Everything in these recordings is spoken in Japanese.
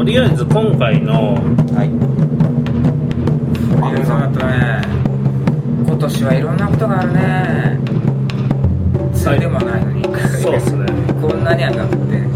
りあえず今回のいろいろあったね。今年はいろんなことがあるね。それでもないのに、 そうですね。 こんなにあがって。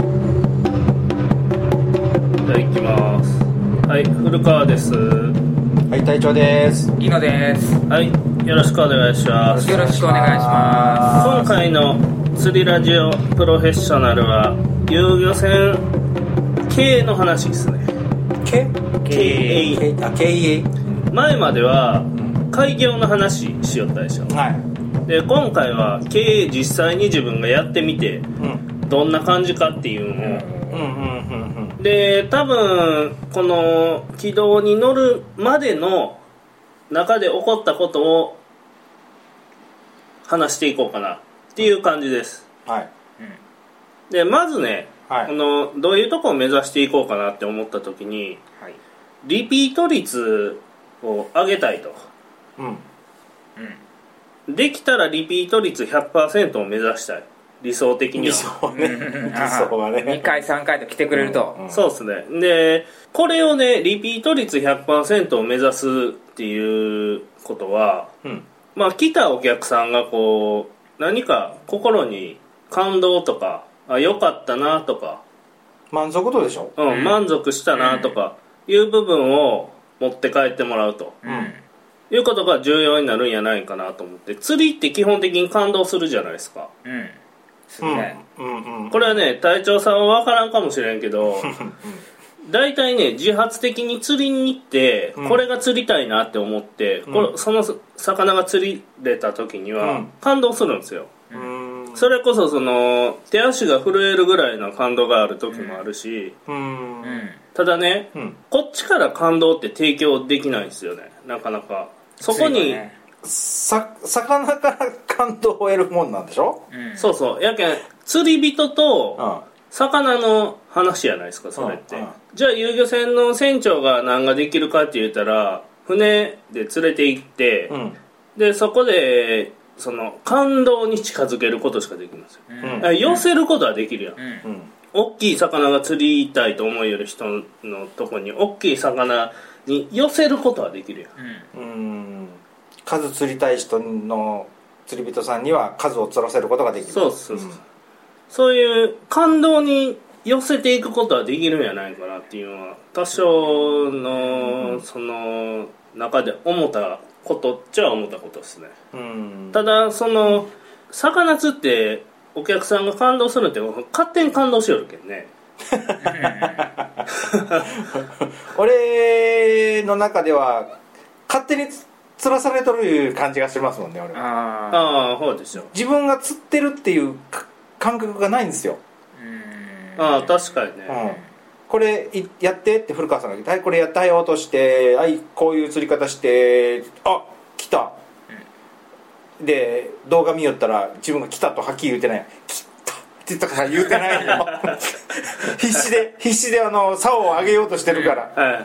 じゃあ行きます。はい、古川です。 はい、隊長です。 イノです。 はい、よろしくお願いします。 よろしくお願いします。 今回の釣りラジオプロフェッショナルは遊漁船経営の話ですね。 経営。 経営。 前までは開業の話しよったでしょ。 はい。 で今回は経営実際に自分がやってみて、どんな感じかっていうのを、で多分この軌道に乗るまでの中で起こったことを話していこうかなっていう感じです。 はい。 でまずね、 はい、 どういうとこを目指していこうかなって思った時に、 はい、 リピート率を上げたいと、できたらリピート率 100% を目指したい。理想的には。 理想はね。 2回3回と来てくれると、 そうですね。でこれをねリピート率 100% を目指すっていうことは、まあ来たお客さんがこう何か心に感動とか良かったなとか満足度でしょ、 満足したなとかいう部分を持って帰ってもらうと、いうことが重要になるんやないかなと思って。釣りって基本的に感動するじゃないですか。これはね隊長さんは分からんかもしれんけど大体ね自発的に釣りに行って、これが釣りたいなって思って、その魚が釣りれた時には感動するんですよ。それこそその手足が震えるぐらいの感動がある時もあるし、ただね、こっちから感動って提供できないんですよね、なかなか。そこに、 魚から感動を得るもんなんでしょ、 そうそう。やけん釣り人と魚の話やないですかそれって、じゃあ遊漁船の船長が何ができるかって言ったら船で連れて行って、でそこでその感動に近づけることしかできますよ、寄せることはできるやん、大きい魚が釣りたいと思いよる人のとこに大きい魚に寄せることはできるやん、 数釣りたい人の釣り人さんには数を釣らせることができる。 そう、そういう感動に寄せていくことはできるんやないかなっていうのは多少のその中で思ったことっちゃ思ったことですね。ただその魚釣ってお客さんが感動するって勝手に感動しよるけんね俺の中では勝手に釣らされとる感じがしますもんね。俺はそうですよ。 自分が釣ってるっていう感覚がないんですよ。 確かにね、 これやってって古川さんが言って、はいこれやったよとして、はいこういう釣り方して、あ来た、で動画見よったら自分が来たとはっきり言うてない、来たって言ったから言うてないよ必死で竿を上げようとしてるから、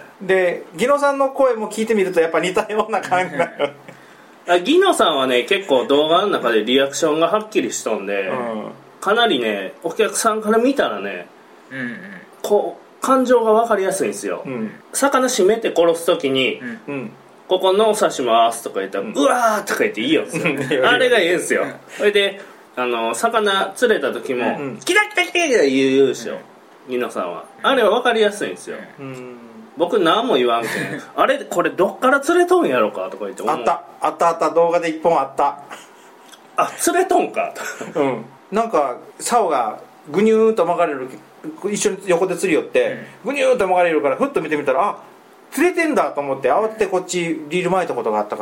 でギノさんの声も聞いてみるとやっぱ似たような感じだよギノさんはね結構動画の中でリアクションがはっきりしとんで、かなりねお客さんから見たらね、こう感情が分かりやすいんですよ、魚締めて殺す時に、ここ脳刺しますとか言ったら、うわーとか言っていいよあれがいいんですよ。それで魚釣れた時も、キラキラキラキラ言うでしょ、ギノさんは。あれは分かりやすいんですよ、僕何も言わんけんあれこれどっから釣れとんやろかとか言って思う。 あった動画で1本あった。 釣れとんかとなんか竿がグニューンと曲がれる、一緒に横で釣り寄って、グニューンと曲がれるからふっと見てみたら釣れてんだと思って慌ててこっちリール巻いたことがあったから。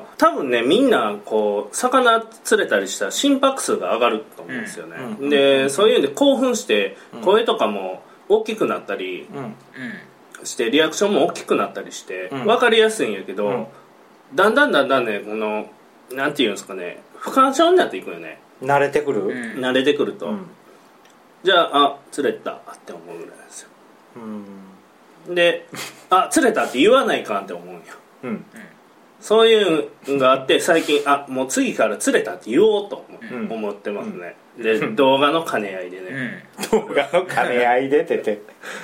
多分ねみんなこう魚釣れたりしたら心拍数が上がると思うんですよね、でそういうんで興奮して声とかも大きくなったりしてリアクションも大きくなったりして分かりやすいんやけど、だんだんねこのなんていうんですかね不感症になっていくよね。 慣れてくる、 慣れてくると、じゃあ釣れたって思うぐらいなんですよ。で釣れたって言わないかんって思うんよ、そういうのがあって最近もう次から釣れたって言おうと思ってますね、で動画の兼ね合いでね、 動画の兼ね合いでって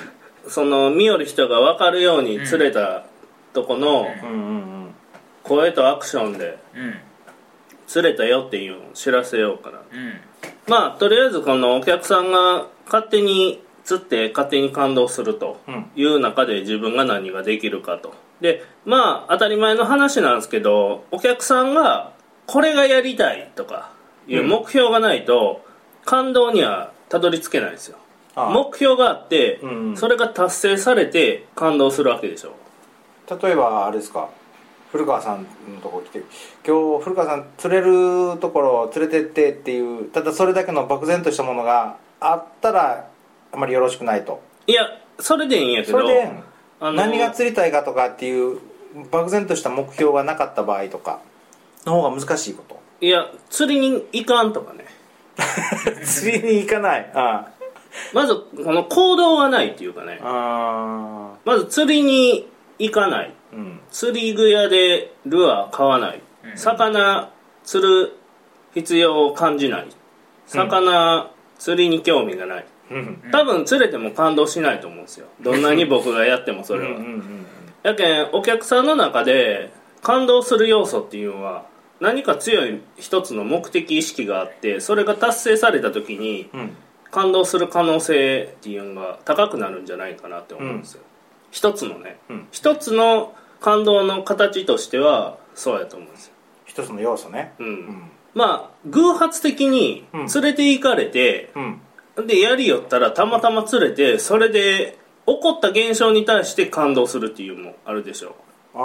その見よる人が分かるように釣れたとこの声とアクションで釣れたよっていうのを知らせようかな、まあとりあえずこのお客さんが勝手に釣って勝手に感動するという中で自分が何ができるかと。でまあ当たり前の話なんですけど、お客さんがこれがやりたいとかいう目標がないと感動にはたどり着けないんですよ。目標があって、それが達成されて感動するわけでしょ。 例えばあれですか、古川さんのとこ来て、今日古川さん釣れるところを連れてってっていう、ただそれだけの漠然としたものがあったらあまりよろしくないと。 いやそれでいいんやけど、 それで何が釣りたいかとかっていう漠然とした目標がなかった場合とかの方が難しいこと。 いや釣りに行かんとかね釣りに行かない。 まずこの行動がないっていうかね、まず釣りに行かない、釣り具屋でルアー買わない、魚釣る必要を感じない、魚釣りに興味がない、多分釣れても感動しないと思うんですよ、どんなに僕がやってもそれは。やけんお客さんの中で感動する要素っていうのは何か強い一つの目的意識があって、それが達成された時に感動する可能性っていうのが高くなるんじゃないかなって思うんですよ、一つのね、一つの感動の形としてはそうやと思うんですよ。 一つの要素ね。 まあ偶発的に連れて行かれて、でやりよったらたまたま釣れて、それで起こった現象に対して感動するっていうのもあるでしょう。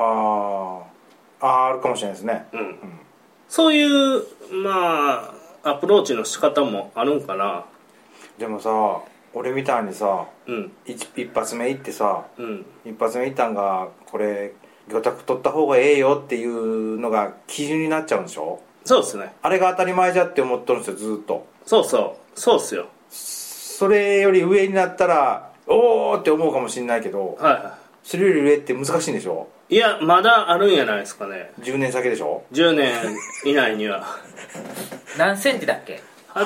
あるかもしれないですね。 そういうまあアプローチの仕方もあるんかな。 でもさ、俺みたいにさ、一発目行ってさ、一発目行ったんがこれ魚拓取った方がええよっていうのが基準になっちゃうんでしょ。 そうですね。 あれが当たり前じゃって思っとるんですよ、ずっと。 そうっすよ。 それより上になったらおーって思うかもしれないけど、それより上って難しいんでしょ。 いやまだあるんじゃないですかね。 10年先でしょ。 10年以内には何センチだっけ。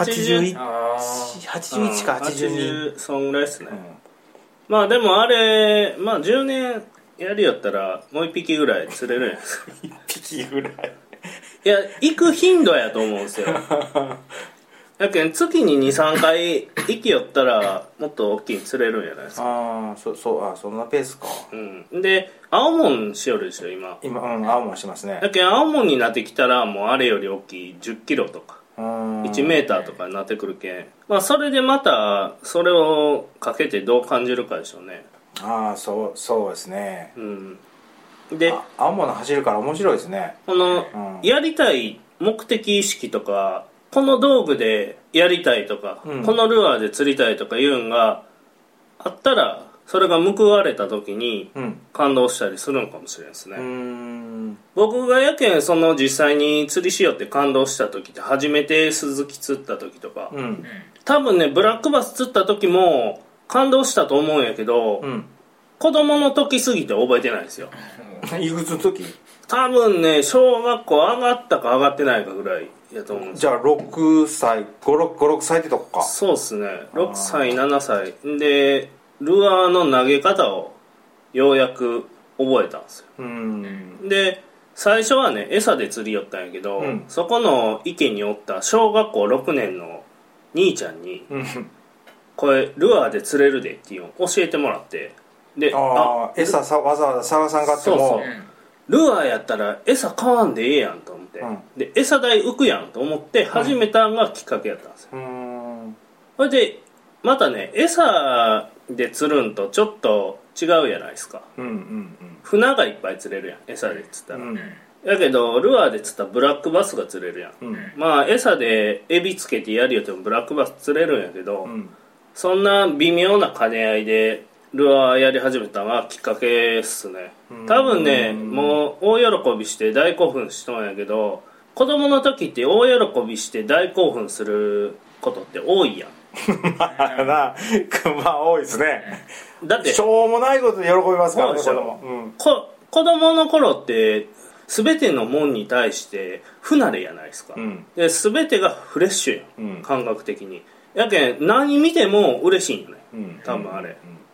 81か82、 そんぐらいですね、まあでもあれ、まあ10年やりよったらもう1匹ぐらい釣れるんや 1匹ぐらいいや行く頻度やと思うんですよだけど月に 2,3 回行きよったらもっと大きい釣れるんじゃないですか。 そんなペースか。 で青門しよるでしょ今。 青門しますね。 だけど青門になってきたらもうあれより大きい10キロとか1メーターとかになってくるけん、まあそれでまたそれをかけてどう感じるかでしょうね。 そうですね。 で青物走るから面白いですね。 この、やりたい目的意識とか、この道具でやりたいとか、このルアーで釣りたいとかいうのがあったら、それが報われた時に感動したりするのかもしれないですね。僕がやけんその実際に釣りしようって感動した時って初めてスズキ釣った時とか、多分ねブラックバス釣った時も感動したと思うんやけど、子供の時すぎて覚えてないんですよ。 いくつの時？ 多分ね小学校上がったか上がってないかぐらいやと思うんですよ。 じゃあ6歳56歳ってとこか。 そうっすね。6歳7歳でルアーの投げ方をようやく覚えたんですよ。で最初はね餌で釣り寄ったんやけど、そこの池におった小学校6年の兄ちゃんに、これルアーで釣れるでっていうのを教えてもらって、で餌わざわざ探さんかってもルアーやったら餌買わんでええやんと思って、で餌代浮くやんと思って始めたのがきっかけやったんですよ。それでまたね餌で釣るんとちょっと違うやないですか。船がいっぱい釣れるやん餌で釣ったら、やけどルアーで釣ったらブラックバスが釣れるやん、まあ餌でエビつけてやるよってもブラックバス釣れるんやけど、そんな微妙な兼ね合いでルアーやり始めたのがきっかけっすね。多分ねもう大喜びして大興奮しとんやけど、子供の時って大喜びして大興奮することって多いやんまあ多いですね。 だってしょうもないことで喜びますからね、 子供の頃って全てのもんに対して不慣れやないですか、で全てがフレッシュやん、感覚的にやけん何見ても嬉しいんよね、多分あれ、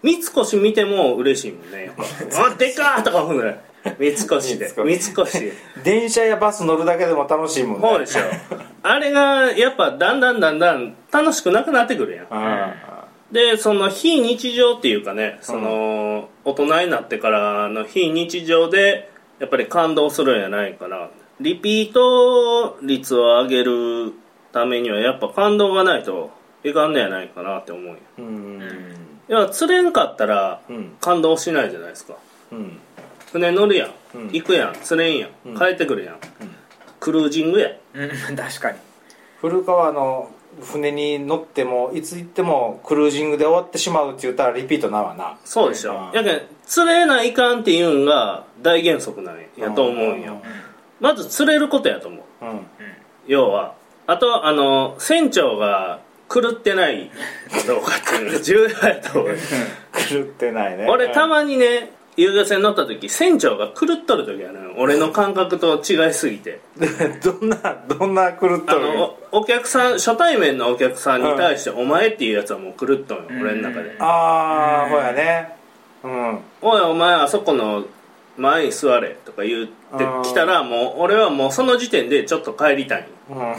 三越見ても嬉しいもんね。あ、でかーとか思うね。三越で。三越。 電車やバス乗るだけでも楽しいもんね。 そうでしょ。あれがやっぱだんだん楽しくなくなってくるやん。で、その非日常っていうかね、その大人になってからの非日常でやっぱり感動するんやないかな。リピート率を上げるためにはやっぱ感動がないといかんのやないかなって思うよ。いや、釣れんかったら感動しないじゃないですか。船乗るやん、行くやん、釣れんやん、帰ってくるやん、クルージングや。 確かに。 古川の船に乗ってもいつ行ってもクルージングで終わってしまうって言ったらリピートなわな。 そうでしょ。やけん釣れないかんっていうんが大原則なんやと思うんよ。まず釣れることやと思う。要はあと船長が狂ってないかどうかっていうのが重要やと思う。 狂ってないね。 俺たまにね、遊漁船乗った時船長が狂っとる時はね、俺の感覚と違いすぎて。 どんな狂っとる？ お客さん、初対面のお客さんに対してお前っていうやつはもう狂っとんよ、俺の中で。 ああ、ほやね。 おいお前あそこの前に座れとか言ってきたら、もう俺はもうその時点でちょっと帰りたい。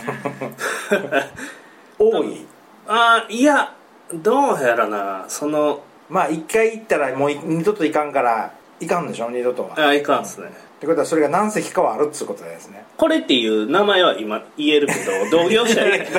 多い？ いや、どうやらな、 まあ一回行ったらもう二度と行かんから行かんでしょ、二度とは。 いかんっすね。 ってことはそれが何隻かはあるっつうことですね。 これっていう名前は今言えるけど同業者やね。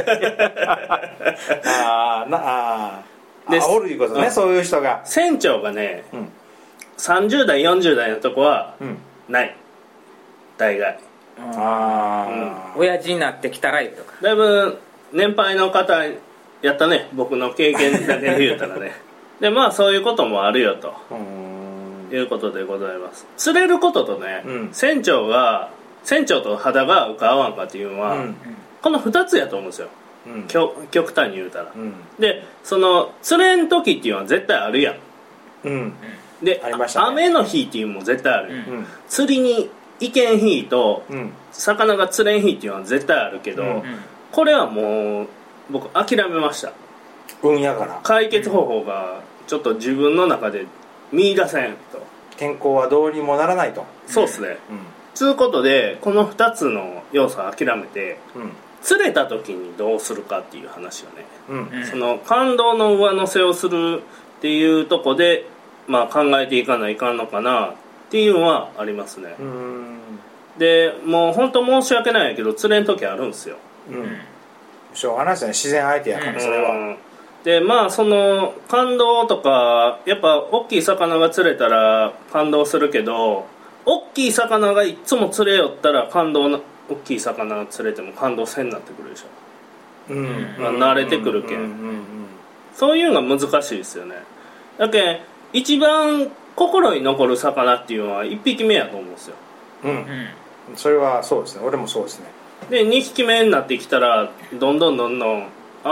おるいうことね、そういう人が。 船長がね、30代40代のとこはない、大概。 親父になってきたらいいとか。 だいぶ年配の方やったね、僕の経験だけで言うたらね。でまあそういうこともあるよということでございます。釣れることとね、船長と肌が合うか合わんかっていうのは、この2つやと思うんですよ、極端に言うたら。でその釣れん時っていうのは絶対あるやん。で、雨の日っていうのも絶対ある、釣りに行けん日と、魚が釣れん日っていうのは絶対あるけど、これはもう僕諦めました。 運やから解決方法がちょっと自分の中で見出せんと。 天候はどうにもならないと。 そうっすね。つうことでこの2つの要素を諦めて、釣れた時にどうするかっていう話をね、その感動の上乗せをするっていうとこで、まあ、考えていかないかんのかなっていうのはありますね。でもう本当申し訳ないけど釣れん時あるんですよ。 しょうがないですね、自然相手やからそれは。 でまあその感動とかやっぱ大きい魚が釣れたら感動するけど、大きい魚がいつも釣れよったら大きい魚が釣れても感動せんなってくるでしょ。慣れてくるけん、そういうのが難しいですよね。だけん一番心に残る魚っていうのは1匹目やと思うんですよ。 それはそうですね、俺もそうですね。 で2匹目になってきたらどんどん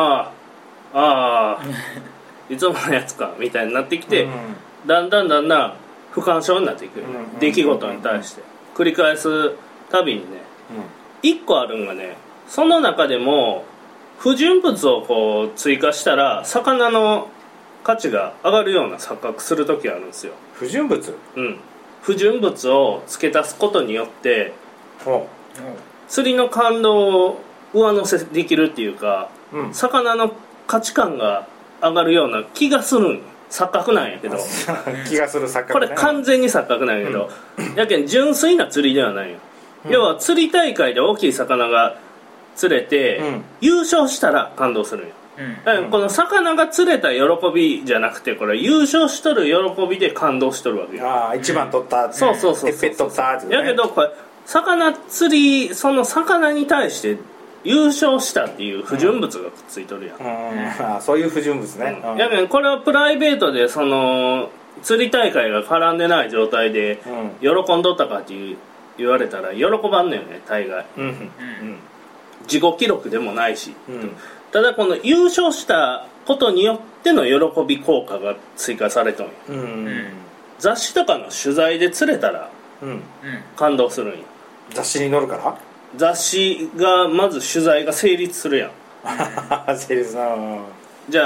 いつものやつかみたいになってきて、だんだん不干渉になっていく、出来事に対して繰り返すたびにね、1個あるんがね、その中でも不純物をこう追加したら魚の価値が上がるような錯覚する時があるんですよ。 不純物？ 不純物を付け足すことによって釣りの感動を上乗せできるっていうか、魚の価値観が上がるような気がするん。錯覚なんやけど気がする錯覚、ね、 これ完全に錯覚なんやけど、やけん純粋な釣りではないよ。要は釣り大会で大きい魚が釣れて、優勝したら感動するんよ。この魚が釣れた喜びじゃなくて、これ優勝しとる喜びで感動しとるわけよ。 一番取った、 そうてっぺん取ったって、ね、 やけどこれ魚釣り、その魚に対して優勝したっていう不純物がくっついとるやん。 そういう不純物ね。 やけんこれはプライベートでその釣り大会が絡んでない状態で喜んどったかって言われたら喜ばんねんね、大概。自己記録でもないし、ただこの優勝したことによっての喜び効果が追加されとんよ。雑誌とかの取材で釣れたら感動するんよ。 雑誌に載るから？ 雑誌がまず取材が成立するやん。 成立な。 じゃあ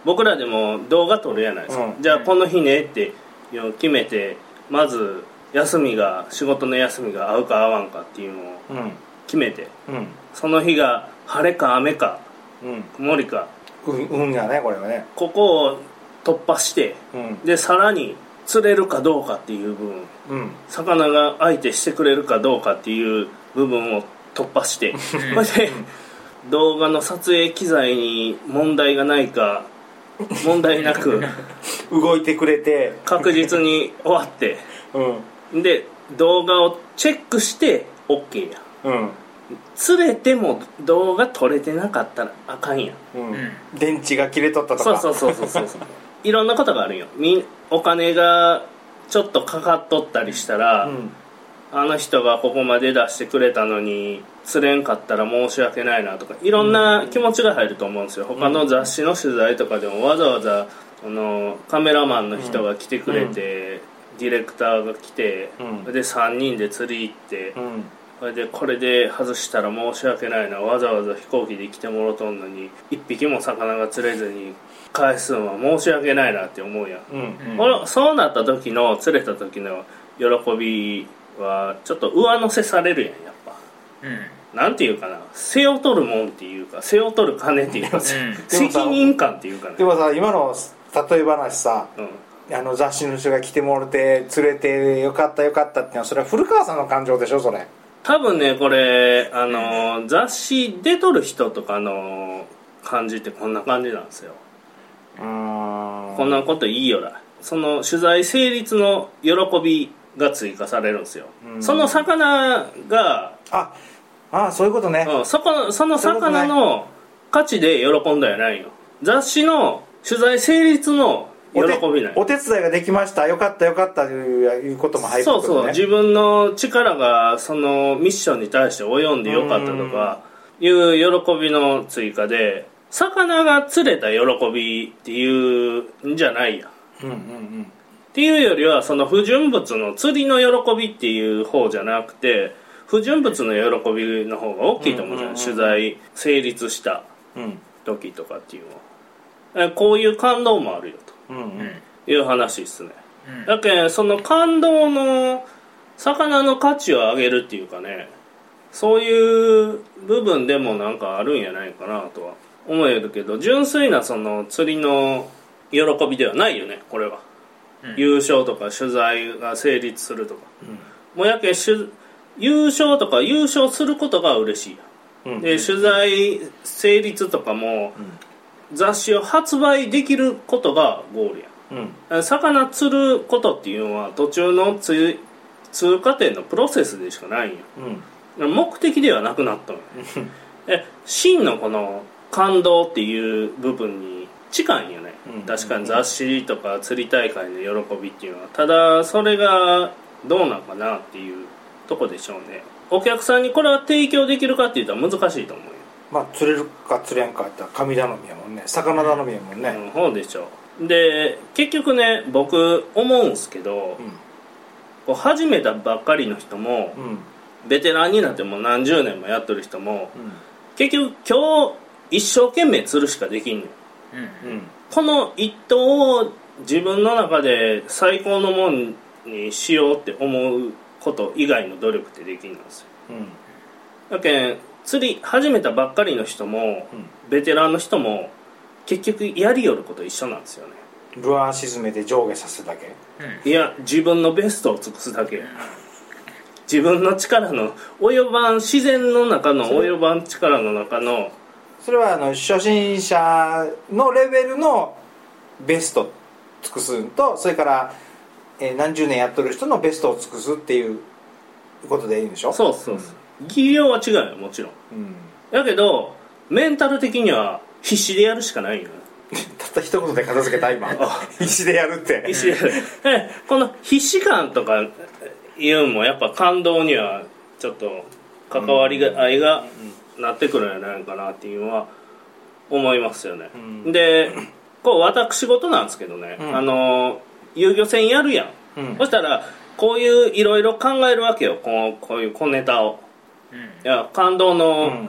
僕らでも動画撮るやないですか、じゃあこの日ねって決めて、まず仕事の休みが合うか合わんかっていうのを決めて、その日が晴れか雨か、曇りか、 運がね、これはね、 ここを突破して、でさらに釣れるかどうかっていう部分、魚が相手してくれるかどうかっていう部分を突破してそれで動画の撮影機材に問題がないか問題なく動いてくれて確実に終わって、で動画をチェックして OK や、釣れても動画撮れてなかったらあかんやん、 電池が切れとったとか、 そういろんなことがあるよ。お金がちょっとかかっとったりしたら、あの人がここまで出してくれたのに釣れんかったら申し訳ないなとか、いろんな気持ちが入ると思うんですよ。他の雑誌の取材とかでもわざわざカメラマンの人が来てくれて、ディレクターが来て、で3人で釣り行って、これで外したら申し訳ないな、わざわざ飛行機で来てもろとんのに1匹も魚が釣れずに返すのは申し訳ないなって思うやん、そうなった時の釣れた時の喜びはちょっと上乗せされるやん、やっぱ、なんていうかな、背を取るもんっていうか、背を取る金っていうか、責任感っていうかね。 でもさ、今の例え話さ、雑誌の人が来てもらって釣れてよかったよかったっていうのは、それは古川さんの感情でしょ、それ。 多分ね、これ雑誌出とる人とかの感じってこんな感じなんですよ。こんなこといいよら、その取材成立の喜びが追加されるんですよ、その魚がそういうことね、 その魚の価値で喜んだんやないよ。雑誌の取材成立の喜びない。 お手伝いができました、よかったよかったということも入ってくるね。 そう自分の力がそのミッションに対して及んでよかったとかいう喜びの追加で、魚が釣れた喜びっていうんじゃないや、っていうよりは、その不純物の釣りの喜びっていう方じゃなくて、不純物の喜びの方が大きいと思うじゃん、取材成立した時とかっていうのは、こういう感動もあるよという話ですね、だけどその感動の魚の価値を上げるっていうかね、そういう部分でもなんかあるんやないかなとは思えるけど、純粋なその釣りの喜びではないよね、これは。優勝とか取材が成立するとか、もうやけ優勝とか優勝することが嬉しいや、で取材成立とかも、雑誌を発売できることがゴールや、魚釣ることっていうのは途中の通過点のプロセスでしかないんや、目的ではなくなったの真のこの感動っていう部分に近いんよね、確かに雑誌とか釣り大会の喜びっていうのは。ただそれがどうなんかなっていうとこでしょうね。お客さんにこれは提供できるかっていうと難しいと思うよ。 釣れるか釣れんかって神頼みやもんね、魚頼みやもんね、 そうでしょう。で結局ね、僕思うんすけど、こう始めたばっかりの人も、ベテランになっても何十年もやってる人も、結局今日一生懸命釣るしかできんの、この一頭を自分の中で最高のもんにしようって思うこと以外の努力ってできんのですよ、だけん釣り始めたばっかりの人も、ベテランの人も結局やりよること一緒なんですよね。 ルアー沈めて上下させるだけ、 いや自分のベストを尽くすだけ、自分の力の及ばん、自然の中の及ばん力の中の、 それは初心者のレベルのベストを尽くすと、それから、何十年やってる人のベストを尽くすっていうことでいいんでしょ。 そう技量は違うよ、もちろん、だけどメンタル的には必死でやるしかないよたった一言で片付けた今必死でやるって必死でやるこの必死感とかいうのもやっぱ感動にはちょっと関わりが合いがなってくるんじゃないかなっていうのは思いますよね、でこう私事なんですけどね、遊漁船やるやん、そしたらこういういろいろ考えるわけよ、こういう小ネタを、いや感動の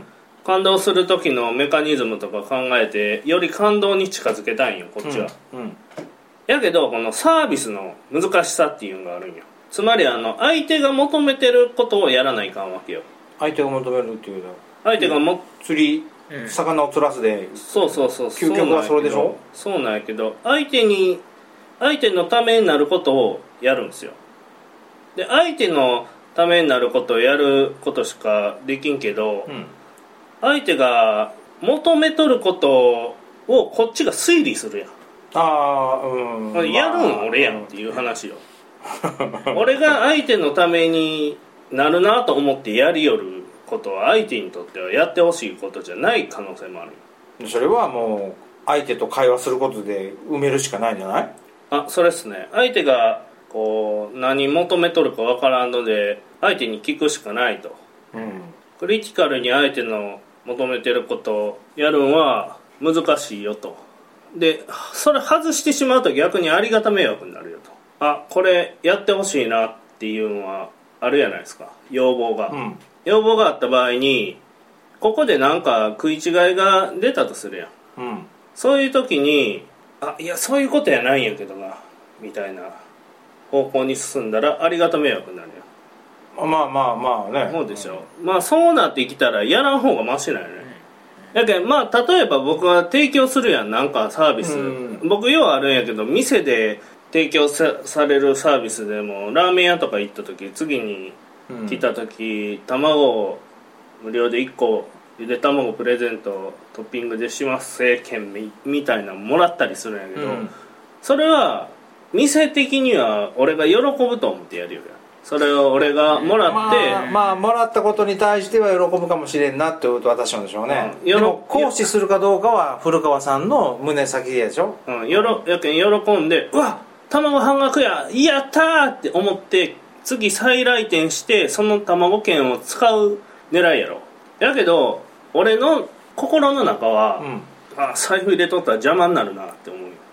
感動する時のメカニズムとか考えてより感動に近づけたいんよこっちは、やけどこのサービスの難しさっていうのがあるんよ。つまり相手が求めてることをやらないかんわけよ。 相手が求めるっていうのは相手が釣り、魚を釣らすで、 そう究極はそれでしょ。 そうなんやけど相手のためになることをやるんですよ。で相手のためになることをやることしかできんけど、相手が求めとることをこっちが推理するやん。やるん俺やんっていう話よ俺が相手のためになるなと思ってやりよることは相手にとってはやってほしいことじゃない可能性もある。 それはもう相手と会話することで埋めるしかないんじゃない？ それっすね。相手がこう何求めとるかわからんので相手に聞くしかないと、クリティカルに相手の求めてることをやるんは難しいよと。でそれ外してしまうと逆にありがた迷惑になるよと。これやってほしいなっていうのはあるじゃないですか、要望が、要望があった場合にここでなんか食い違いが出たとするやん、そういう時にいやそういうことやないんやけどなみたいな方向に進んだらありがた迷惑になるよ。 まあね。 そうでしょ、そうなってきたらやらん方がマシなんよね。だけど例えば僕が提供するやんなんかサービス、僕ようあるんやけど店で提供 されるサービスでもラーメン屋とか行った時次に来た時、卵を無料で1個ゆで卵プレゼントトッピングでします券みたいなのもらったりするんやけど、それは店的には俺が喜ぶと思ってやるよ。それを俺がもらってもらったことに対しては喜ぶかもしれんなって私なんでしょうね、でも行使するかどうかは古川さんの胸先でしょ、 やけん喜んでうわ卵半額ややったーって思って次再来店してその卵券を使う狙いやろ。やけど俺の心の中は、財布入れとったら邪魔になるなって思うよ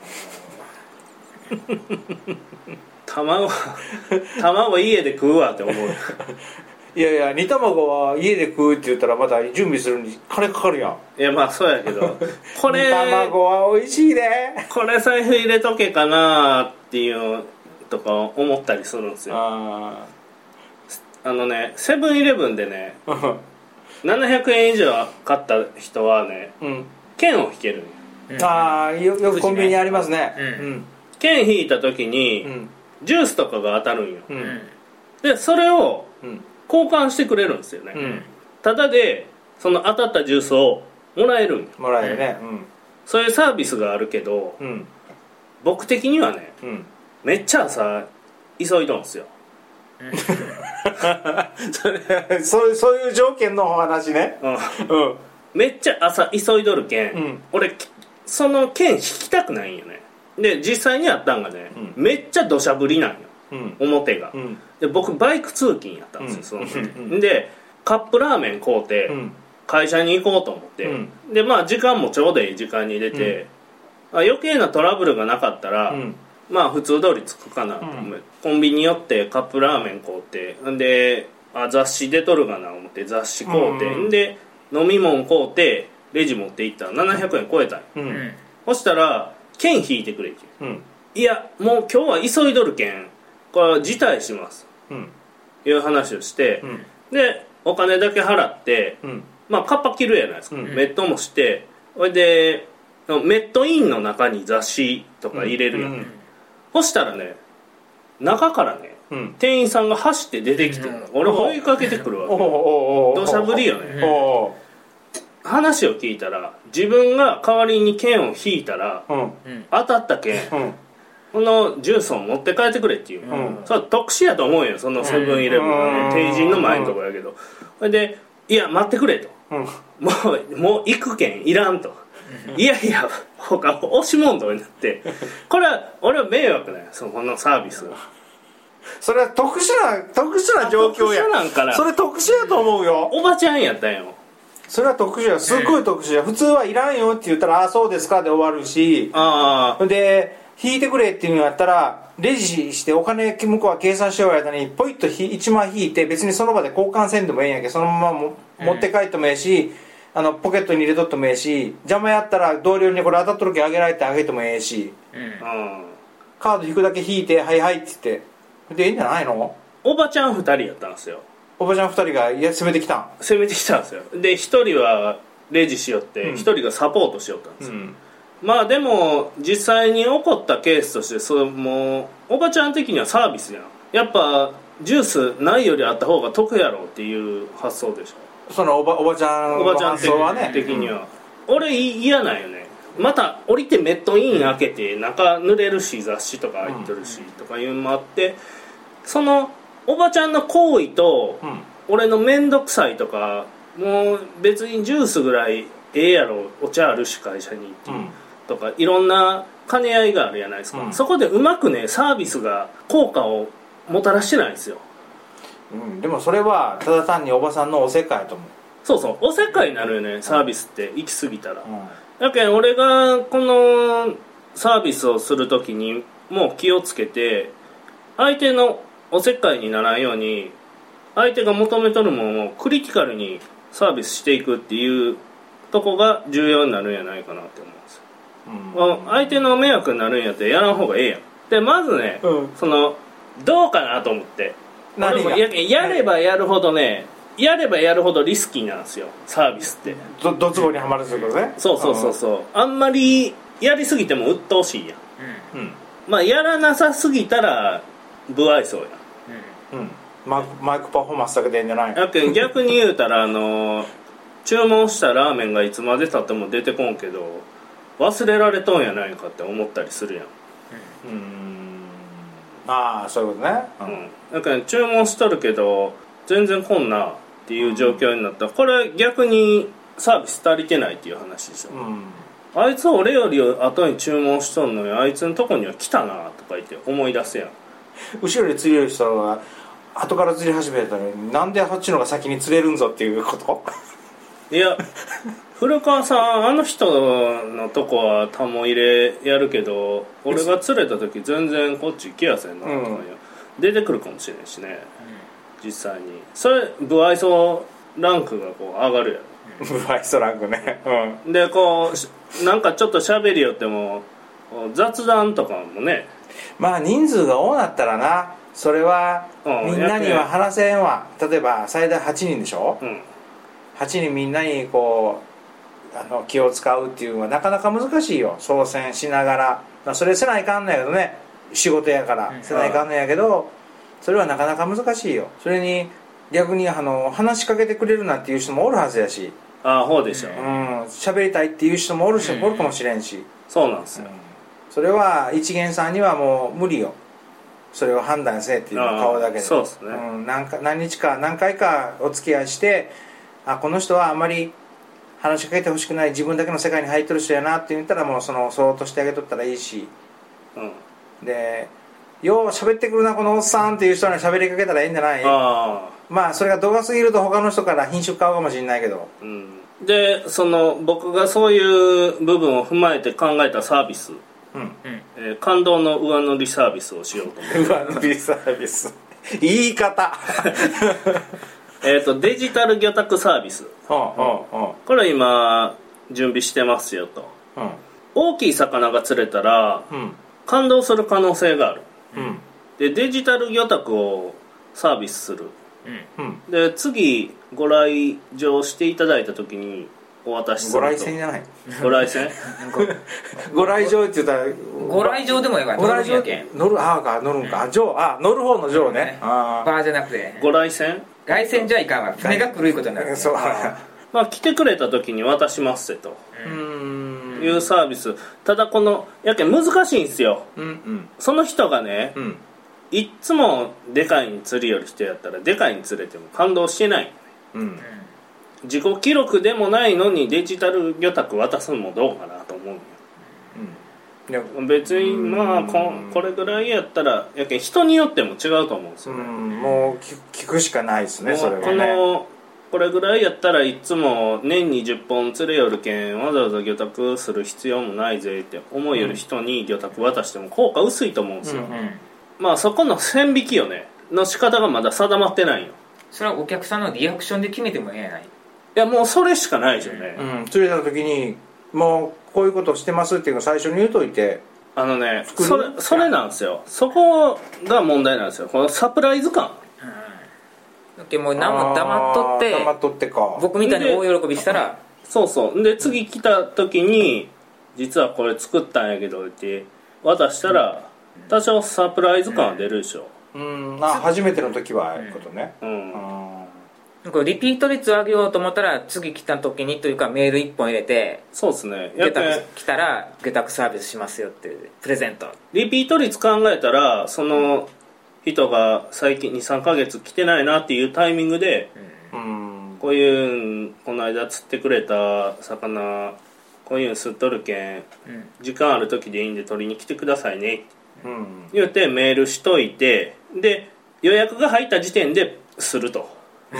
卵家で食うわって思ういや煮卵は家で食うって言ったらまた準備するのに金かかるやん。 いやそうやけどこれ煮卵は美味しいねこれ財布入れとけかなっていうのとか思ったりするんですよ。セブンイレブンでね700円以上買った人はね、券を引けるんよくコンビニにありますね、 券引いた時に、ジュースとかが当たるんよ、でそれを交換してくれるんですよね、ただでその当たったジュースをもらえるんよ。 もらえるね、 そういうサービスがあるけど、僕的にはね、めっちゃ朝急いどんすよそういう条件のお話ね、 めっちゃ朝急いどるけん、俺その券引きたくないんよね。で実際にあったんがね、めっちゃ土砂降りなんよ、表が、で僕バイク通勤やったんですよ、その時でカップラーメン買うて、会社に行こうと思って、で時間もちょうどいい時間に出て、余計なトラブルがなかったら、普通通り着くかなと思って、コンビニ寄ってカップラーメン買うて、で雑誌出とるかな思って雑誌買うて、で飲み物買うてレジ持って行ったら700円超えたん、そしたら券引いてくれって、いやもう今日は急いどるけんこれ辞退します、いう話をして、でお金だけ払って、カッパ着るやないですか、メットもして、それでメットインの中に雑誌とか入れるやん、そしたらね中からね、店員さんが走って出てきて、俺追いかけてくるわけ、土砂降りよね、話を聞いたら自分が代わりに券を引いたら、当たった券、このジュースを持って帰ってくれっていう、それは特殊やと思うよ、そのセブンイレブンのね、帝人の前のとこやけど、それでいや待ってくれと、もう行く券いらんと、いや他押し問答になって、これは俺は迷惑だよ、そのサービスが。 それは特殊な状況や。 特殊なんかな。 それ特殊やと思うよ。 おばちゃんやったんよ。 それは特殊や、すっごい特殊や。普通はいらんよって言ったらそうですかで終わるし、で引いてくれっていうのやったらレジしてお金向こうは計算しようや間にポイッと1枚引いて、別にその場で交換せんでもええんやけど、そのままも持って帰ってもええし、ポケットに入れとってもええし、邪魔やったら同僚にこれ当たっとるけあげられてあげてもええし、カード引くだけ引いてはいはいって言ってでいいんじゃないの。 おばちゃん2人やったんですよ。 おばちゃん2人が攻めてきたんですよ。で1人はレジしよって1人がサポートしよったんですよ、まあでも実際に起こったケースとしてもうおばちゃん的にはサービスやん。やっぱジュースないよりあった方が得やろっていう発想でしょ。 そのおばちゃんの発想はね的には、俺嫌なんよね。また降りてメットイン開けて中濡れるし雑誌とか入ってるしとかいうのもあって、そのおばちゃんの行為と俺の面倒くさいとか、もう別にジュースぐらいええやろ、お茶あるし会社にっていう、とかいろんな兼ね合いがあるじゃないですか、そこでうまくねサービスが効果をもたらしてないんですよ、 でもそれはただ単におばさんのおせっかいやと思う。 そうおせっかいになるよね、サービスって行き過ぎたら、だけど俺がこのサービスをする時にもう気をつけて、相手のおせっかいにならんように相手が求めとるものをクリティカルにサービスしていくっていうとこが重要になるんやないかなって思うんですよ、相手の迷惑になるんやったらやらん方がええやん。でまずね、そのどうかなと思って、 何がやればやるほどね、やればやるほどリスキーなんですよサービスって。 どつぼにはまるということね。 そうあんまりやりすぎても鬱陶しいやん、まあやらなさすぎたら不愛想やん、 マイクパフォーマンスだけでいいんじゃないの。 逆に言うたら注文したラーメンがいつまでたっても出てこんけど忘れられとんやないかって思ったりするやん、 ああそういうことね、 だから注文しとるけど全然来んなっていう状況になったら、これ逆にサービス足りてないっていう話でしょ、あいつ俺より後に注文しとんのにあいつのとこには来たなとか言って思い出すやん。 後ろで釣れる人が後から釣り始めたのになんでそっちのが先に釣れるんぞっていうこと。いや古川さんあの人のとこはタモ入れやるけど俺が釣れた時全然こっち行きやせんなとか、出てくるかもしれんしね、実際にそれ不愛想ランクがこう上がるやろ、 不愛想ランクね、 でこうなんかちょっと喋りよっても雑談とかもね、 まあ人数が多なったらなそれはみんなには話せんわ。例えば最大8人でしょ、8人みんなにこう気を使うっていうのはなかなか難しいよ。操船しながら、まあ、それせないかんのやけどね、仕事やからせないかんのやけど、それはなかなか難しいよ。それに逆に話しかけてくれるなんていう人もおるはずやし、 そうでしょ、 喋りたいっていう人もおるかもしれんし、 そうなんですよ、 それは一元さんにはもう無理よ。それを判断せえっていう顔だけで、 そうですね、 何日か何回かお付き合いして、この人はあまり話しかけてほしくない、自分だけの世界に入ってる人やなって言ったらもうそうとしてあげとったらいいし、でよう喋ってくるなこのおっさんっていう人に喋りかけたらいいんじゃない。まあそれが度が過ぎると他の人から品種買うかもしれないけど、 で僕がそういう部分を踏まえて考えたサービス、感動の上乗りサービスをしようと思って上乗りサービス言い方デジタル魚拓サービス、これ今準備してますよと、大きい魚が釣れたら、感動する可能性がある、でデジタル魚拓をサービスする、で次ご来場していただいた時にお渡しすると。 ご来船じゃない。 ご来船ご来場って言ったらご来場でもいいから、 ご来場乗る乗るんか、乗る方の乗ね、 バーじゃなくてご来船、 凱旋じゃいかんわ、船が来ることになる、 そうまあ来てくれた時に渡しますせというサービス。ただこのやけん難しいんですよ、その人がね、いっつもでかいに釣りよる人やったらでかいに釣れても感動してない、自己記録でもないのにデジタル魚拓渡すのもどうかなと思うよ、別にまあこれぐらいやったらやけん人によっても違うと思うんですよね、 もう聞くしかないですね。それはね、 これぐらいやったらいつも年に10本釣れよるけんわざわざ魚拓する必要もないぜって思いよる人に魚拓渡しても効果薄いと思うんですよ、まあそこの線引きよねの仕方がまだ定まってないよ。 それはお客さんのリアクションで決めてもええやない。 いやもうそれしかないですよね、 釣れた時にもうこういうことをしてますっていうのを最初に言うといて、 それなんですよ。そこが問題なんですよ、このサプライズ感。 もう何も黙っとってか、 僕みたいに大喜びしたら、 そうで次来た時に実はこれ作ったんやけどって渡したら多少サプライズ感は出るでしょ。 初めての時はいうことね。 リピート率を上げようと思ったら次来た時にというかメール1本入れて、 そうですね、 下託来たら下託サービスしますよっていうプレゼント。 リピート率考えたらその人が最近 2,3 ヶ月来てないなっていうタイミングで、こういうこの間釣ってくれた魚こういうの釣っとるけん、時間ある時でいいんで取りに来てくださいねって言ってメールしといて、で予約が入った時点ですると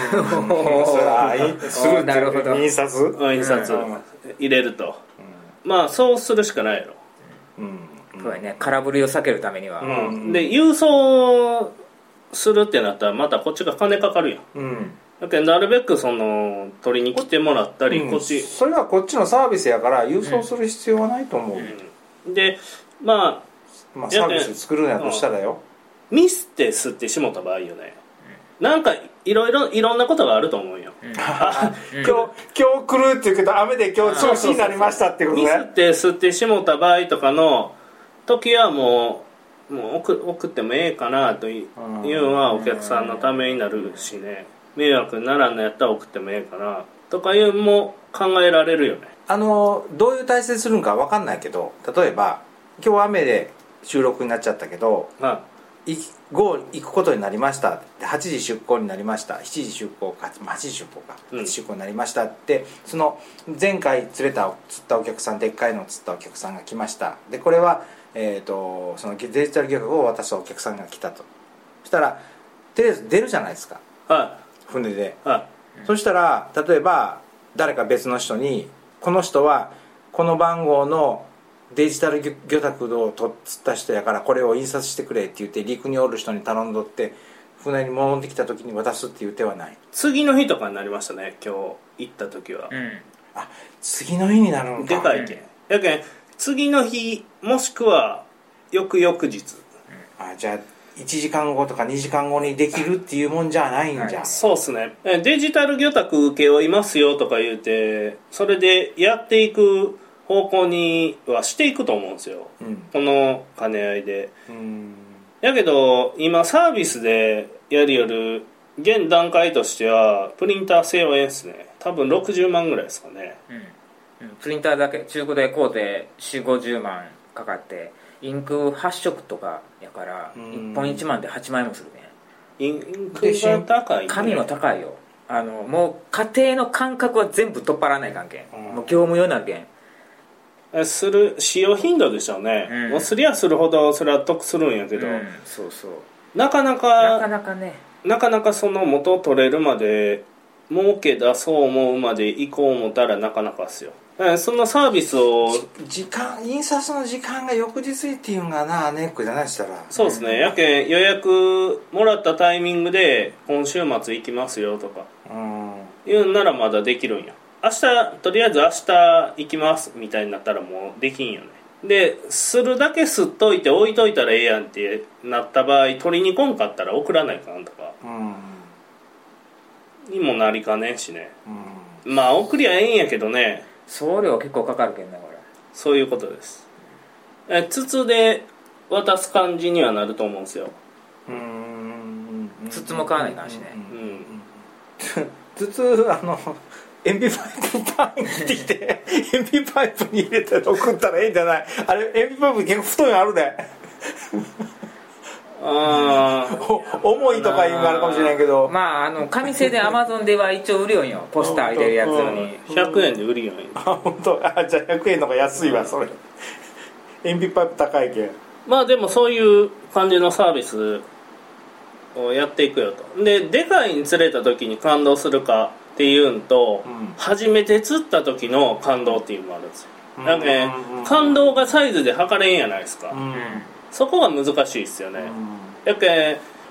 なるほど、 印刷入れると、まあそうするしかないやろ。 そうね、空振りを避けるためには、 で郵送するってなったらまたこっちが金かかるやん、だけどなるべくその取りに来てもらったり、こっちそれはこっちのサービスやから郵送する必要はないと思う、 でまあサービス作るんやとしたらよ、 ミスって吸ってしもた場合よね、なんかいろんなことがあると思うよ、 今日来るって言うけど雨で今日調子になりましたってことね。 ミスって吸ってしもた場合とかの時はもう送ってもええかなというのはお客さんのためになるしね、迷惑にならんのやったら送ってもええかなとかいうのも考えられるよね。 どういう体制するんか分かんないけど、例えば今日雨で収録になっちゃったけど、行くことになりました8時出港になりました、7時出港か8時出港か8時出港になりましたって、その前回釣ったお客さん、でっかいのを釣ったお客さんが来ました。でこれはそのデジタル漁獲を渡すお客さんが来たと。そしたらとりあえず出るじゃないですか、船で、そしたら例えば誰か別の人にこの人はこの番号のデジタル魚拓を釣った人やからこれを印刷してくれって言って陸におる人に頼んどって船に戻ってきた時に渡すっていう手はない。 次の日とかになりましたね、今日行った時は、 次の日になるのか。 でかいけんやけん次の日もしくは翌々日、 じゃあ1時間後とか2時間後にできるっていうもんじゃないんじゃ、 そうっすね。デジタル魚拓請け負いますよとか言うてそれでやっていく方向にはしていくと思うんですよ、この兼ね合いで、やけど今サービスでやるよる現段階としてはプリンター製はええっすね。多分60万ぐらいですかね、 プリンターだけ中古で買うて40-50万かかって、インク8色とかやから1本1万で8万円もするね。 インクが高い、ね、 紙も高いよ。もう家庭の感覚は全部取っ払わない関係、もう業務用になるけんする使用頻度でしょうね、もうすりゃするほどそれは得するんやけど、なかなかその元を取れるまで儲け出そう思うまで行こう思ったらなかなかっすよ。そのサービスを印刷の時間が翌日っていうのがなネックじゃないしたら、 そうですね、やけん予約もらったタイミングで今週末行きますよとかいうんならまだできるんや。明日とりあえず明日行きますみたいになったらもうできんよね。でするだけすっといて置いといたらええやんってなった場合取りに来んかったら送らないかんとかにもなりかねんしね、まあ送りゃええんやけどね、 送料結構かかるけんねこれ。 そういうことです。筒で渡す感じにはなると思うんですよ。 筒も買わないかんしね。 筒塩ビパイプパン切ってきて塩ビパイプに入れて送ったらええんじゃない。あれ塩ビパイプ結構太いのあるで重いとかいうのがあるかもしれないけど、 まあ紙製でアマゾンでは一応売るよんよ、ポスター入れるやつに 100円で売るよんよ。 本当。じゃあ100円の方が安いわそれ。塩ビパイプ高いけん。 まあでもそういう感じのサービスをやっていくよと。でかいに釣れた時に感動するかっていうのと、初めて釣った時の感動っていうのもあるんですよ。だからね、感動がサイズで測れんやないですか、そこが難しいですよね。やけん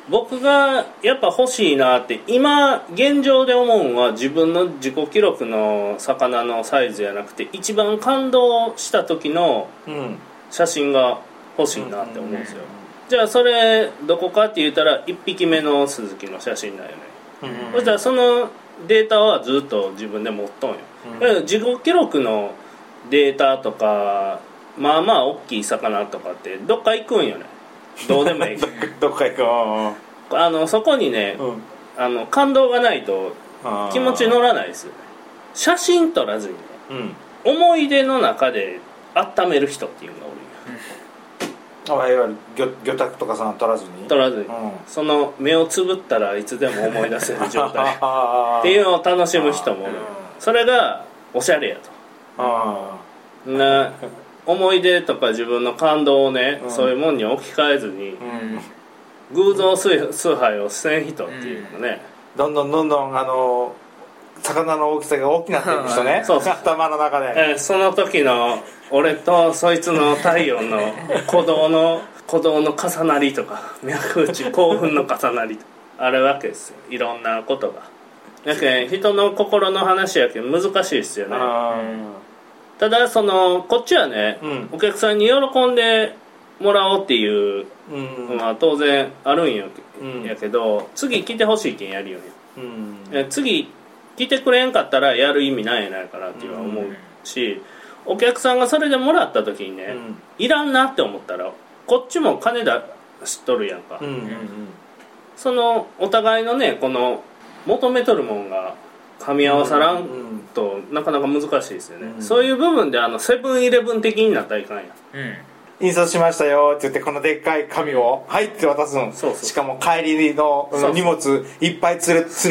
僕がやっぱ欲しいなって今現状で思うのは、自分の自己記録の魚のサイズじゃなくて一番感動した時の写真が欲しいなって思うんですよ。じゃあそれどこかって言ったら1匹目のスズキの写真だよね。そしたらそのデータはずっと自分で持っとんよ。だから自己記録のデータとかまあまあ大きい魚とかってどっか行くんよね。どうでもいいどっか行く。 そこにね、感動がないと気持ち乗らないですよね。写真撮らずにね、思い出の中で温める人っていうのがおるんよ。 いわゆる魚拓とかさ撮らずにその目をつぶったらいつでも思い出せる状態っていうのを楽しむ人もおる。それがおしゃれやと。思い出とか自分の感動をね、そういうもんに置き換えずに、偶像崇拝をせん人っていうのね、 どんどん魚の大きさが大きくなっていく人ね。そう頭の中で、 その時の俺とそいつの体温の鼓動の重なりとか脈打ち興奮の重なりとかあるわけですよ。いろんなことがだけど人の心の話やけど難しいですよね。ただこっちはね、お客さんに喜んでもらおうっていうのは当然あるんやけど、次来てほしいけんやるよね。次来てくれんかったらやる意味ないやないかなっていうのは思うし、お客さんがそれでもらった時にね、いらんなって思ったらこっちも金出しとるやんか。お互いのねこの求めとるもんが噛み合わさらんとなかなか難しいですよね。そういう部分でセブンイレブン的になったらいかんやん。 印刷しましたよって言ってこのでっかい紙をはいって渡すの。しかも帰りの荷物いっぱい連れとる。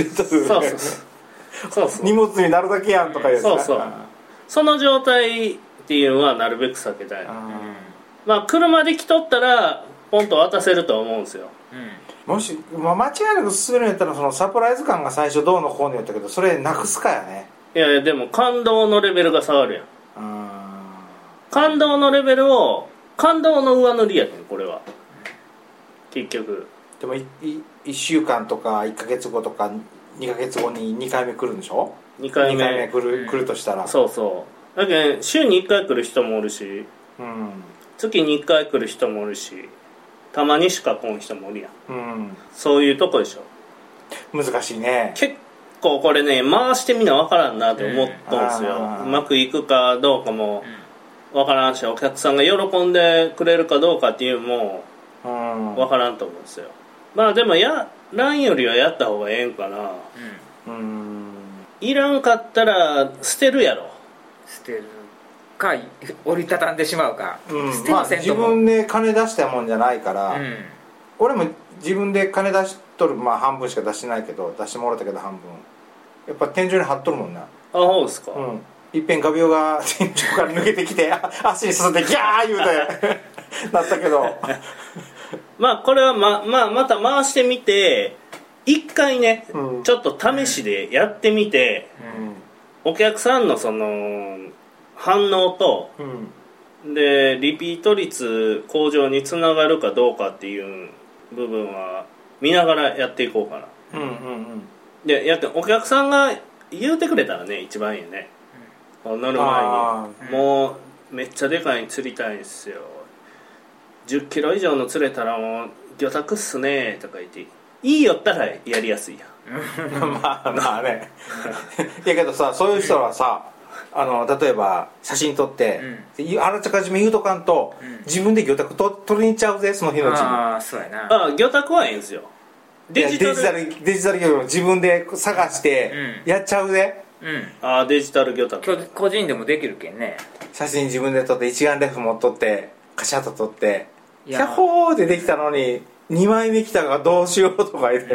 荷物になるだけやんとか言う。 その状態っていうのはなるべく避けたい。車で来とったらポンと渡せると思うんですよ。 もし、間違いなく進めるんやったらサプライズ感が最初どうのこうのやったけどそれなくすかやね。 いやでも感動のレベルが下がるやん。感動のレベルを感動の上塗りやねんこれは結局。 でも1週間とか1ヶ月後とか2ヶ月後に2回目来るんでしょ。2回目来るとしたら、 だけど週に1回来る人もおるし、月に1回来る人もおるし、たまにしか来ん人もおるやん、そういうとこでしょ。 難しいね。 結構これね回してみな分からんなって思ったんですよ。うまくいくかどうかも分からんし、お客さんが喜んでくれるかどうかっていうのも分からんと思うんですよ。でもやらんよりはやった方がええんかな。いらんかったら捨てるやろ。 捨てるか折りたたんでしまうか、 自分で金出したもんじゃないから、俺も自分で金出しとる、半分しか出してないけど出してもらったけど半分やっぱ天井に貼っとるもんな。 そうですか。 いっぺん画鋲が天井から抜けてきて足に刺さってギャー言うてなったけどこれはまた回してみて一回ね、ちょっと試しでやってみて、お客さんの反応と、でリピート率向上につながるかどうかっていう部分は見ながらやっていこうかな。でやってお客さんが言うてくれたらね一番いいよね。乗る前にもうめっちゃでかいに釣りたいんですよ、10キロ以上の釣れたらもう魚拓っすねとか言っていいよったらやりやすいやんまあねいやけどさ、そういう人はさ例えば写真撮って、あらかじめ言うとかんと、自分で魚拓取りに行っちゃうぜその日のうちに。 そうやな。 魚拓はええんですよ。デジタル魚自分で探してやっちゃうぜ。 デジタル魚拓個人でもできるけんね。 写真自分で撮って一眼レフ持っとってカシャッと撮ってキャッホーでできたのに2枚目来たからどうしようとか言って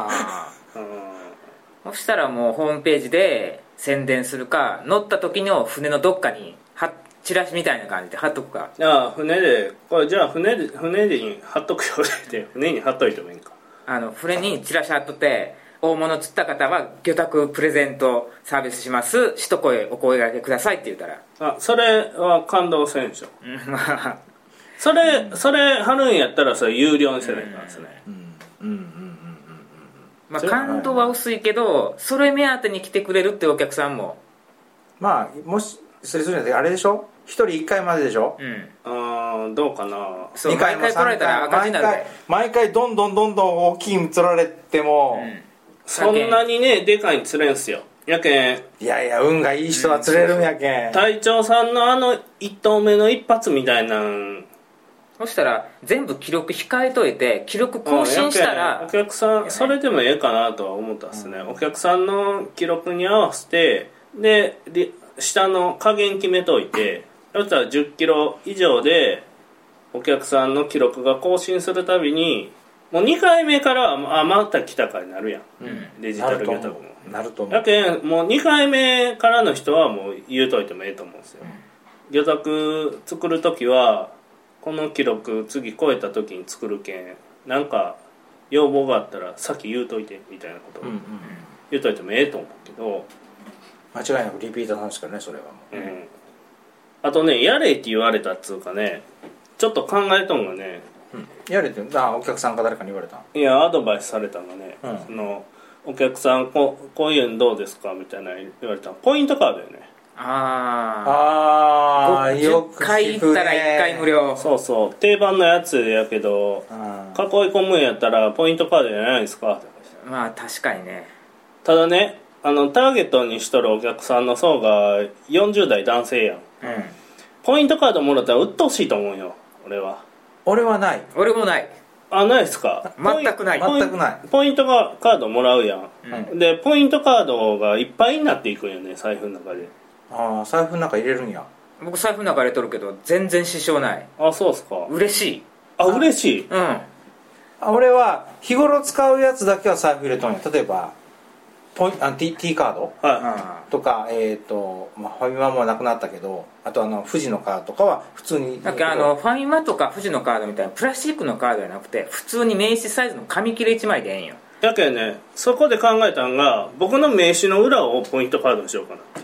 そしたらもうホームページで宣伝するか、乗った時の船のどっかにチラシみたいな感じで貼っとくか。 船でこれじゃあ船に貼っとくよって船に貼っといてもいいんか。 船にチラシ貼っとって大物釣った方は魚拓プレゼントサービスします一声お声掛けくださいって言ったら、 それは感動せんでしょそれ貼るんやったらそれ有料にせないかんですね。 まあ、感動は薄いけどそれ目当てに来てくれるってお客さんもまあもしそれするんだあれでしょ1人1回まででしょ、 どうかな。 そう毎回来られたら赤字になるで毎回どんどん大きいに釣られても、 そんなにねでかいに釣れんすよ。やけんいや運がいい人は釣れるんやけん、 隊長さんの1投目の一発みたいなそしたら全部記録控えといて記録更新したらお客さんそれでもええかなとは思ったっすね、お客さんの記録に合わせてで下の加減決めといてそしたら10キロ以上でお客さんの記録が更新するたびにもう2回目からはまた来たかになるやん、デジタル魚拓もなると思う。 やけんもう2回目からの人はもう言うといてもええと思うんですよ、魚拓作る時はこの記録次超えた時に作るけんなんか要望があったらさっき言うといてみたいなことを言うといてもええと思うけど、 間違いなくリピーターさんですからねそれはもう、 あとねやれって言われたっつうかねちょっと考えとんがね、 やれってお客さんか誰かに言われたいやアドバイスされたのがね、そのお客さんこういうのどうですかみたいな言われたのポイントカードよね。 10回行ったら1回無料。 そうそう定番のやつやけど囲い込むんやったらポイントカードじゃないですか。 まあ確かにね。 ただねターゲットにしとるお客さんの層が40代男性やん、ポイントカードもらったら鬱陶しいと思うよ俺は。 俺はない。 俺もない。 ないですか。 全くない。 全くない。 ポイントカードもらうやん、でポイントカードがいっぱいになっていくんよね財布の中で。 財布の中入れるんや。 僕財布の中入れとるけど全然支障ない。 そうっすか。 嬉しい。 嬉しい。 俺は日頃使うやつだけは財布入れとんや。例えばT カード、とかファミマもなくなったけどあと富士のカードとかは普通になんかファミマとか富士のカードみたいなプラスチックのカードじゃなくて普通に名刺サイズの紙切れ1枚でええんよ。 だけどねそこで考えたんが僕の名刺の裏をポイントカードにしようかなって。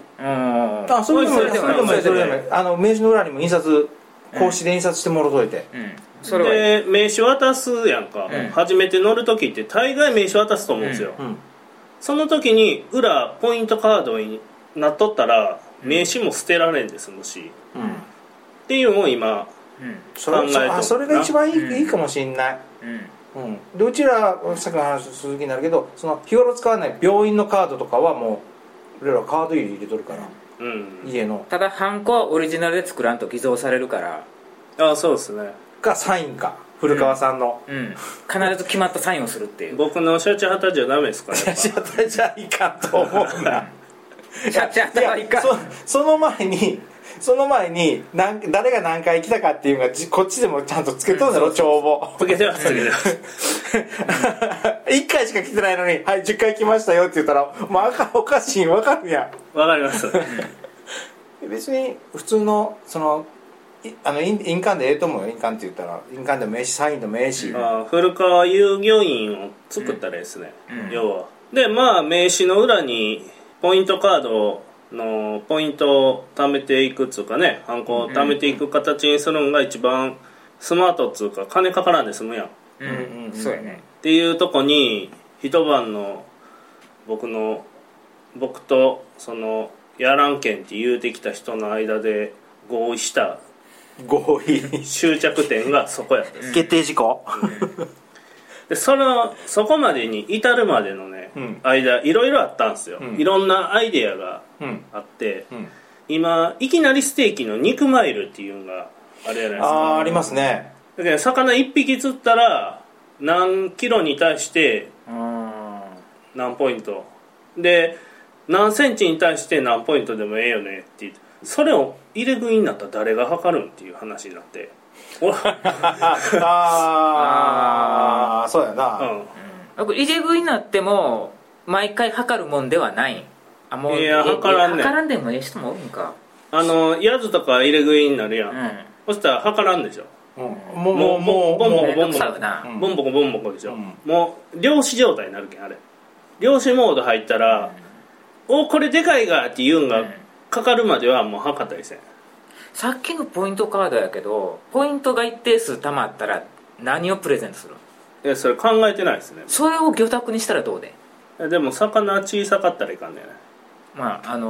それでも名刺の裏にも印刷公式で印刷してもろといて、 で名刺渡すやんか、初めて乗る時って大概名刺渡すと思うんですよ、その時に裏ポイントカードになっとったら名刺も捨てられんで済むし、っていうのを今考えとそれが一番いいかもしんない。でうちらさっきの話する気になるけどその日頃使わない病院のカードとかはもう俺らカード入れとるから、家の。 ただハンコはオリジナルで作らんと偽造されるから。 そうですね。 かサインか古川さんの、 必ず決まったサインをするっていう。 僕のシャチハタじゃダメですかね。 シャチハタじゃいかんと思うな。 シャチハタはいかん。 その前に誰が何回来たかっていうのがこっちでもちゃんとつけとるんだろ、帳簿。 つけてます 1回しか来てないのに「はい10回来ましたよ」って言ったらおかしい分かるやん。分かります。 別に普通の印鑑でええと思うよ。印鑑って言ったら印鑑でもええしサインでもええし。 古川遊漁員を作ったらですね、要はで名刺の裏にポイントカードのポイントを貯めていくっつうかね、ハンコを貯めていく形にするのが一番スマートっつうか金かからんで済むやん。 そうやね。 っていうとこに一晩の僕とそのやらんけんって言うてきた人の間で合意した終着点がそこやったです。 決定事項。 でそこまでに至るまでのね、間いろいろあったんですよ、いろんなアイデアがあって、今いきなりステーキの肉マイルっていうのがあれじゃないですか。 ありますね。 だけど魚1匹釣ったら何キロに対して何ポイントで何センチに対して何ポイントでもええよねって言って、それを入れ食いになったら誰が測るんっていう話になって。 そうやな。 入れ食いになっても毎回測るもんではない。 いや測らんねん。 測らんでもええ人もおるんか。 やつとか入れ食いになるやん、そしたら測らんでしょ。もうボンボコボンボコでしょ、もう漁師状態になるけん。あれ漁師モード入ったら、これでかいがっていうんがかかるまではもう測ったりせん。 さっきのポイントカードやけどポイントが一定数たまったら何をプレゼントする？ それ考えてないですね。 それを魚拓にしたらどうで？ でも魚小さかったらいかんねんね。 まあ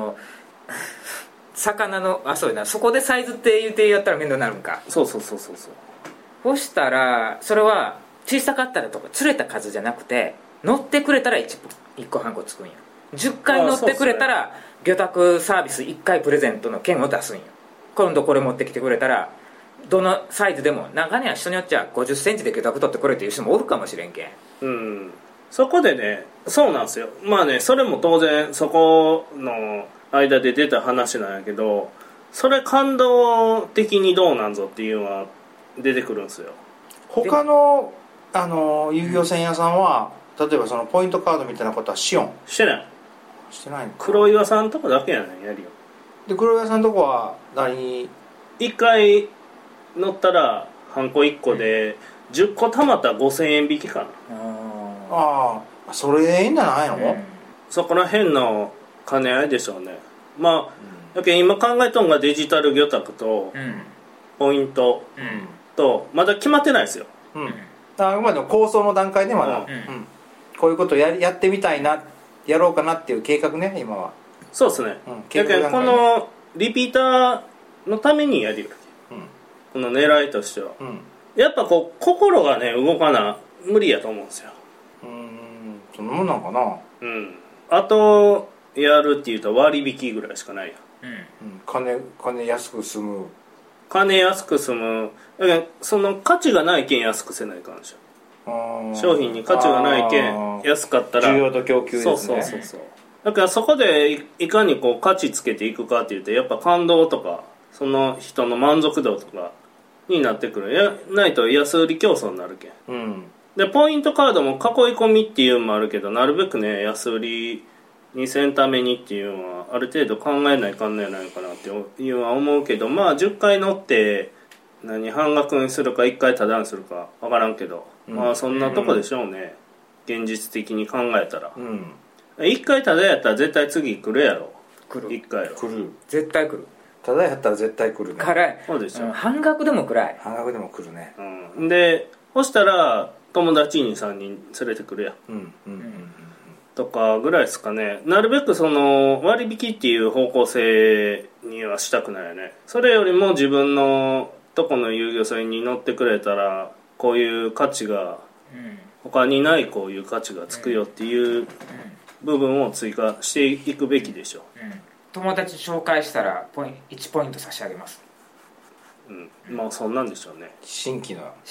魚のそうやな、そこでサイズって言ってやったら面倒になるんか。 そうそしたらそれは小さかったらとか釣れた数じゃなくて、乗ってくれたら 1個半個つくんや。10回乗ってくれたら魚拓サービス1回プレゼントの券を出すんよ。今度これ持ってきてくれたらどのサイズでも、中には人によっちゃ50センチで魚拓取ってくれっていう人もおるかもしれんけん。 そこでね、そうなんですよ。まあね、それも当然そこの間で出た話なんやけど、それ感動的にどうなんぞっていうのは出てくるんですよ。 他の遊戯王船屋さんは、例えばそのポイントカードみたいなことはしてない黒岩さんとかだけやねん、やるよ。 で黒岩さんとこは1 回乗ったらハンコ1個で10個貯まったら5000円引きかな。 ああ、それでいいんじゃないの、 そこら辺の兼ね合いでしょうね。まあ、だけど今考えとんがデジタル魚拓とポイントとまだ決まってないですよ。 あくまでも構想の段階でまだ、こういうことをやってみたいな、やろうかなっていう計画ね、今は。 そうですね。だけどこのリピーターのためにやるよ、この狙いとしては、やっぱこう心がね動かな無理やと思うんですよ。 そんなもんなんかな。 あとやるっていうと割引ぐらいしかないよ。 金安く済む。 だけどその価値がないけん安くせないかんでしょ。商品に価値がないけん安かったら需要と供給ですね。 そうだからそこでいかにこう価値つけていくかっていうと、やっぱ感動とかその人の満足度とかになってくる。ないと安売り競争になるけん、でポイントカードも囲い込みっていうのもあるけど、なるべくね安売りにせんためにっていうのはある程度考えないかんのやないかなっていうのは思うけど、まあ10回乗って半額にするか1回タダにするか分からんけど、まあそんなとこでしょうね、現実的に考えたら。1回タダやったら絶対次来るやろ。1回やろ。 来る、 絶対来る。 タダやったら絶対来るね。 辛い。 そうでしょ、 半額でも来るね。 でそしたら友達に3人連れてくるやん、とかぐらいですかね。なるべくその割引っていう方向性にはしたくないよね。それよりも自分のとこの遊漁船に乗ってくれたらこういう価値が、他にないこういう価値がつくよっていう部分を追加していくべきでしょう。 友達紹介したら1ポイント差し上げます。 まあそんなんでしょうね。 新規でね。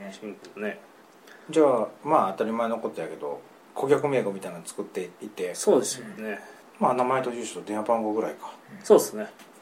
じゃあまあ当たり前のことやけど顧客名簿みたいなの作っていて。 そうですよね。 まあ名前と住所と電話番号ぐらいか。 そうですね。